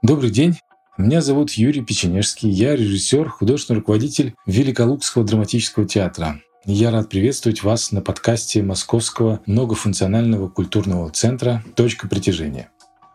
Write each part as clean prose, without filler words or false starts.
Добрый день. Меня зовут Юрий Печенежский. Я режиссер, художественный руководитель Великолукского драматического театра. Я рад приветствовать вас на подкасте Московского многофункционального культурного центра «Точка притяжения».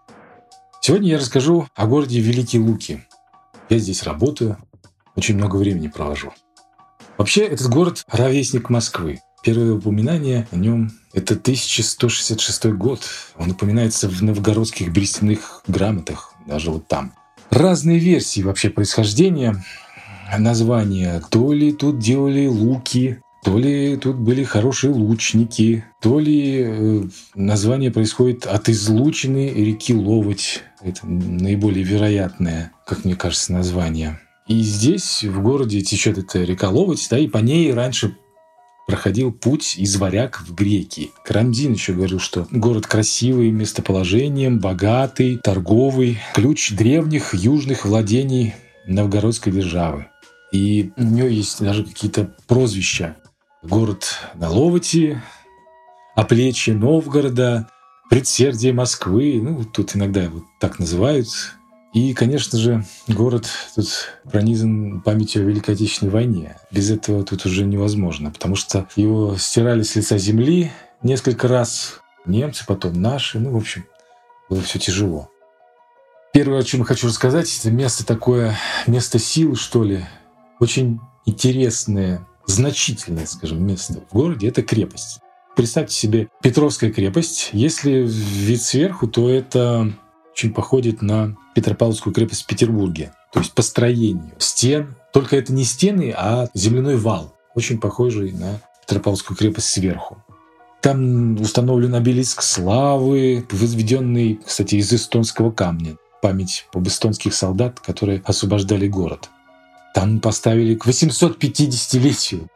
Сегодня я расскажу о городе Великие Луки. Я здесь работаю, очень много времени провожу. Вообще, этот город — ровесник Москвы. Первое упоминание о нем — это 1166 год. Он упоминается в новгородских берестяных грамотах, даже вот там. Разные версии вообще происхождения названия. То ли тут делали луки, то ли тут были хорошие лучники, то ли название происходит от излучины реки Ловоть. Это наиболее вероятное, как мне кажется, название. И здесь, в городе, течет эта река Ловоть, да, и по ней раньше проходил путь из Варяг в Греки. Карамзин еще говорил, что город красивый местоположением, богатый, торговый, ключ древних южных владений новгородской державы. И у него есть даже какие-то прозвища. Город на Ловоти, оплечье Новгорода, предсердие Москвы. Ну, тут иногда вот так называют. И, конечно же, город тут пронизан памятью о Великой Отечественной войне. Без этого тут уже невозможно, потому что его стирали с лица земли несколько раз. Немцы, потом наши. Ну, в общем, было все тяжело. Первое, о чем я хочу рассказать, это место такое, место силы, что ли. Очень интересное, значительное, скажем, место в городе — это крепость. Представьте себе Петровская крепость. Если вид сверху, то это очень походит на Петропавловскую крепость в Петербурге. То есть по строению стен. Только это не стены, а земляной вал, очень похожий на Петропавловскую крепость сверху. Там установлен обелиск славы, возведенный, кстати, из эстонского камня. Память об эстонских солдат, которые освобождали город. Там поставили к 850-летию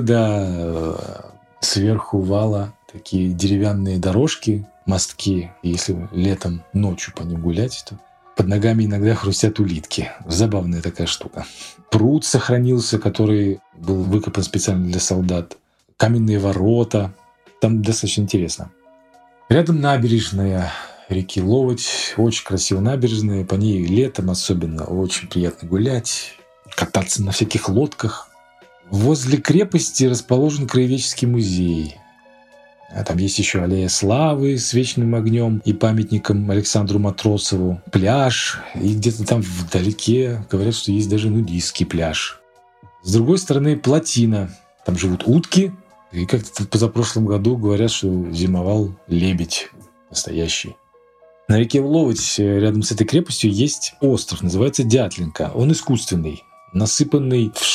города сверху вала такие деревянные дорожки, мостки. Если летом ночью по ним гулять, то под ногами иногда хрустят улитки. Забавная такая штука. Пруд сохранился, который был выкопан специально для солдат. Каменные ворота. Там достаточно интересно. Рядом набережная реки Ловоть. Очень красивая набережная. По ней летом особенно очень приятно гулять, кататься на всяких лодках. Возле крепости расположен краеведческий музей. А там есть еще аллея славы с вечным огнем и памятником Александру Матросову, пляж, и где-то там вдалеке говорят, что есть даже нудистский пляж. С другой стороны плотина, там живут утки, и как-то позапрошлом году говорят, что зимовал лебедь настоящий. На реке Ловоть рядом с этой крепостью есть остров, называется Дятлинка. Он искусственный, насыпанный в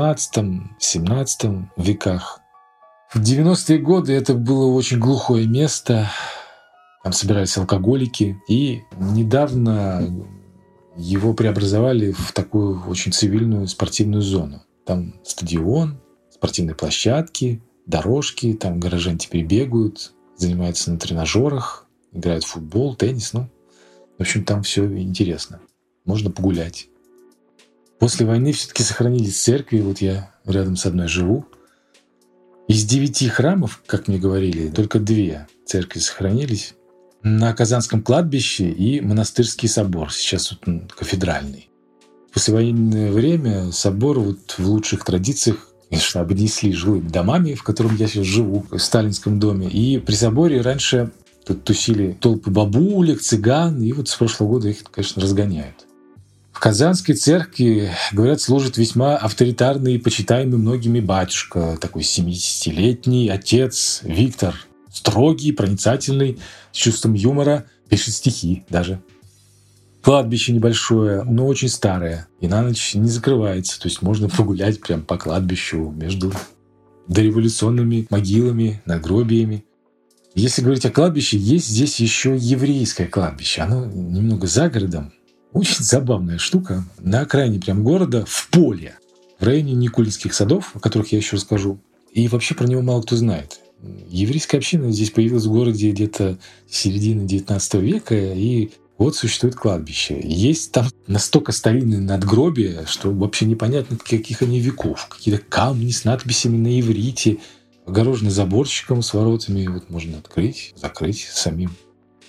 16-17 веках. В 90-е годы это было очень глухое место, там собирались алкоголики, и недавно его преобразовали в такую очень цивильную спортивную зону. Там стадион, спортивные площадки, дорожки, там горожане теперь бегают, занимаются на тренажерах, играют в футбол, теннис, в общем, там все интересно. Можно погулять. После войны все-таки сохранились церкви, вот я рядом с одной живу. Из 9 храмов, как мне говорили, только 2 церкви сохранились. На Казанском кладбище и монастырский собор. Сейчас вот он кафедральный. В послевоенное время собор вот в лучших традициях, конечно, обнесли жилыми домами, в котором я сейчас живу, в сталинском доме. И при соборе раньше тут тусили толпы бабулек, цыган, и вот с прошлого года их, конечно, разгоняют. В Казанской церкви, говорят, служит весьма авторитарный и почитаемый многими батюшка, такой 70-летний отец Виктор. Строгий, проницательный, с чувством юмора, пишет стихи даже. Кладбище небольшое, но очень старое, и на ночь не закрывается, то есть можно погулять прямо по кладбищу между дореволюционными могилами, надгробиями. Если говорить о кладбище, есть здесь еще еврейское кладбище. Оно немного за городом. Очень забавная штука. На окраине прям города, в поле, в районе Никулинских садов, о которых я еще расскажу. И вообще про него мало кто знает. Еврейская община здесь появилась в городе где-то с середины 19 века, и вот существует кладбище. Есть там настолько старинные надгробия, что вообще непонятно, каких они веков. Какие-то камни с надписями на иврите, огорожены заборчиком с воротами. Вот можно открыть, закрыть самим.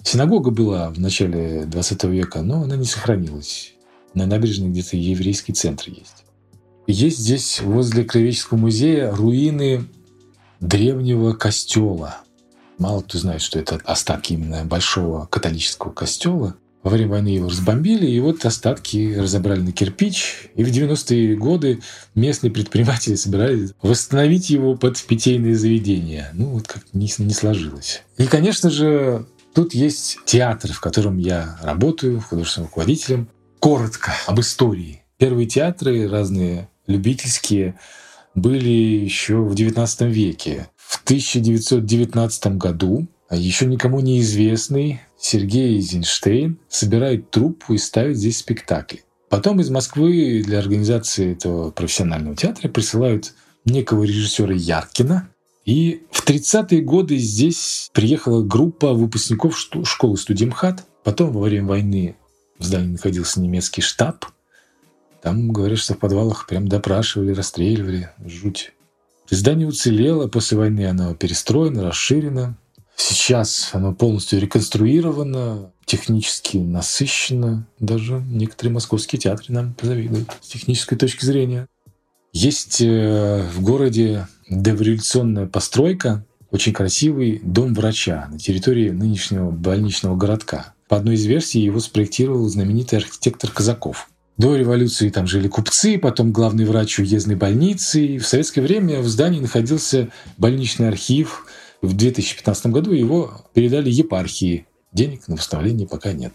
Синагога была в начале 20 века, но она не сохранилась. На набережной где-то еврейский центр есть. Есть здесь возле Краеведческого музея руины древнего костела. Мало кто знает, что это остатки именно большого католического костела. Во время войны его разбомбили, и вот остатки разобрали на кирпич. И в 90-е годы местные предприниматели собирались восстановить его под питейные заведения. Ну, вот как-то не сложилось. И, конечно же, тут есть театр, в котором я работаю художественным руководителем. Коротко об истории. Первые театры, разные любительские, были еще в XIX веке. В 1919 году еще никому неизвестный Сергей Эйзенштейн собирает труппу и ставит здесь спектакль. Потом из Москвы для организации этого профессионального театра присылают некого режиссера Яркина. И в 30-е годы здесь приехала группа выпускников школы «Студимхат». Потом во время войны в здании находился немецкий штаб. Там, говорят, что в подвалах прям допрашивали, расстреливали. Жуть. Здание уцелело. После войны оно перестроено, расширено. Сейчас оно полностью реконструировано, технически насыщено. Даже некоторые московские театры нам позавидуют с технической точки зрения. Есть в городе дореволюционная постройка, очень красивый дом врача на территории нынешнего больничного городка. По одной из версий его спроектировал знаменитый архитектор Казаков. До революции там жили купцы, потом главный врач уездной больницы. И в советское время в здании находился больничный архив. В 2015 году его передали епархии. Денег на восстановление пока нет.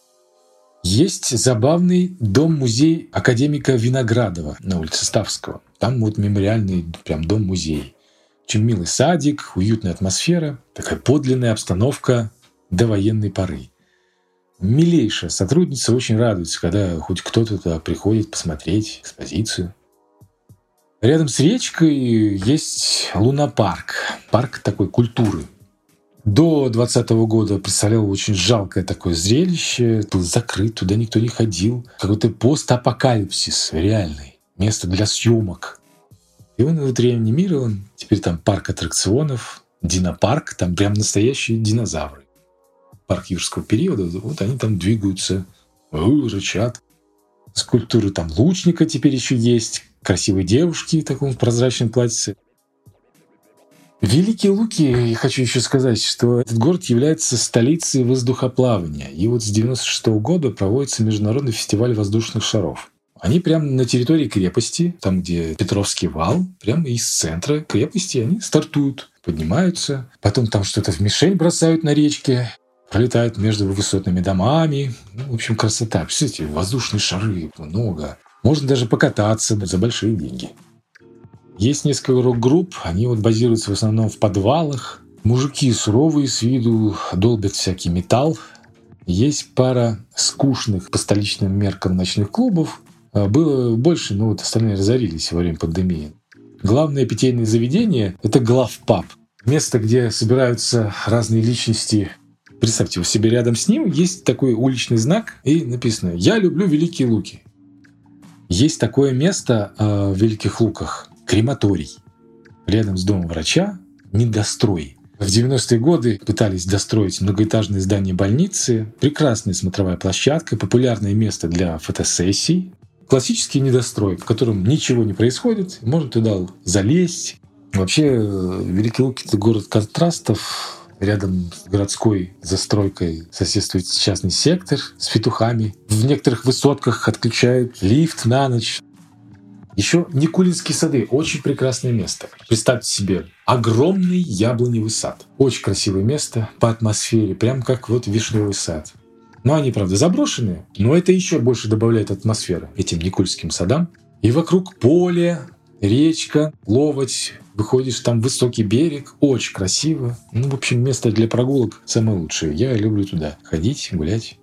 Есть забавный дом-музей академика Виноградова на улице Ставского. Там вот мемориальный прям дом-музей. Очень милый садик, уютная атмосфера, такая подлинная обстановка довоенной поры. Милейшая сотрудница очень радуется, когда хоть кто-то туда приходит посмотреть экспозицию. Рядом с речкой есть лунопарк, парк такой культуры. До 2020 года представлял очень жалкое такое зрелище. Был закрыт, туда никто не ходил. Какой-то постапокалипсис реальный. Место для съемок. И он вот реанимирован. Теперь там парк аттракционов, динопарк. Там прям настоящие динозавры. Парк юрского периода. Вот они там двигаются, рычат. Скульптуры там лучника теперь еще есть. Красивые девушки в таком прозрачном платьице. Великие Луки, я хочу еще сказать, что этот город является столицей воздухоплавания. И вот с 1996 года проводится международный фестиваль воздушных шаров. Они прямо на территории крепости, там, где Петровский вал, прямо из центра крепости они стартуют, поднимаются. Потом там что-то в мишень бросают на речке, пролетают между высотными домами. Ну, в общем, красота. Представляете, воздушные шары много. Можно даже покататься за большие деньги. Есть несколько рок-групп, они вот базируются в основном в подвалах. Мужики суровые с виду, долбят всякий металл. Есть пара скучных по столичным меркам ночных клубов. Было больше, но вот остальные разорились во время пандемии. Главное питейное заведение — это главпаб. Место, где собираются разные личности. Представьте, у себя рядом с ним есть такой уличный знак, и написано «Я люблю Великие Луки». Есть такое место в Великих Луках — крематорий. Рядом с домом врача недострой. В 90-е годы пытались достроить многоэтажное здание больницы. Прекрасная смотровая площадка, популярное место для фотосессий. Классический недострой, в котором ничего не происходит. Можно туда залезть. Вообще, Великие Луки — это город контрастов. Рядом с городской застройкой соседствует частный сектор с петухами. В некоторых высотках отключают лифт на ночь. Еще Никулинские сады. Очень прекрасное место. Представьте себе огромный яблоневый сад. Очень красивое место по атмосфере. Прям как вот вишневый сад. Но они, правда, заброшенные. Но это еще больше добавляет атмосферы этим Никульским садам. И вокруг поле, речка, ловоть. Выходишь, там высокий берег. Очень красиво. Ну, в общем, место для прогулок самое лучшее. Я люблю туда ходить, гулять.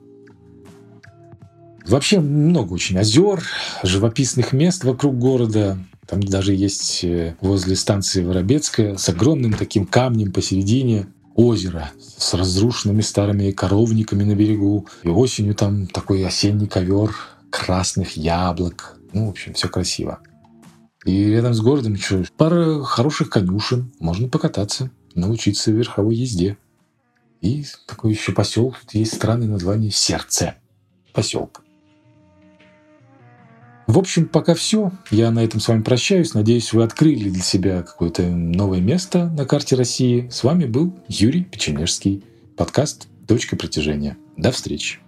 Вообще много очень озер, живописных мест вокруг города. Там даже есть возле станции Воробецкая с огромным таким камнем посередине озеро с разрушенными старыми коровниками на берегу. И осенью там такой осенний ковер красных яблок. Ну, в общем, все красиво. И рядом с городом еще пара хороших конюшен. Можно покататься, научиться верховой езде. И такой еще поселок, тут есть странное название Сердце поселка. В общем, пока все. Я на этом с вами прощаюсь. Надеюсь, вы открыли для себя какое-то новое место на карте России. С вами был Юрий Печенежский. Подкаст «Точка притяжения». До встречи.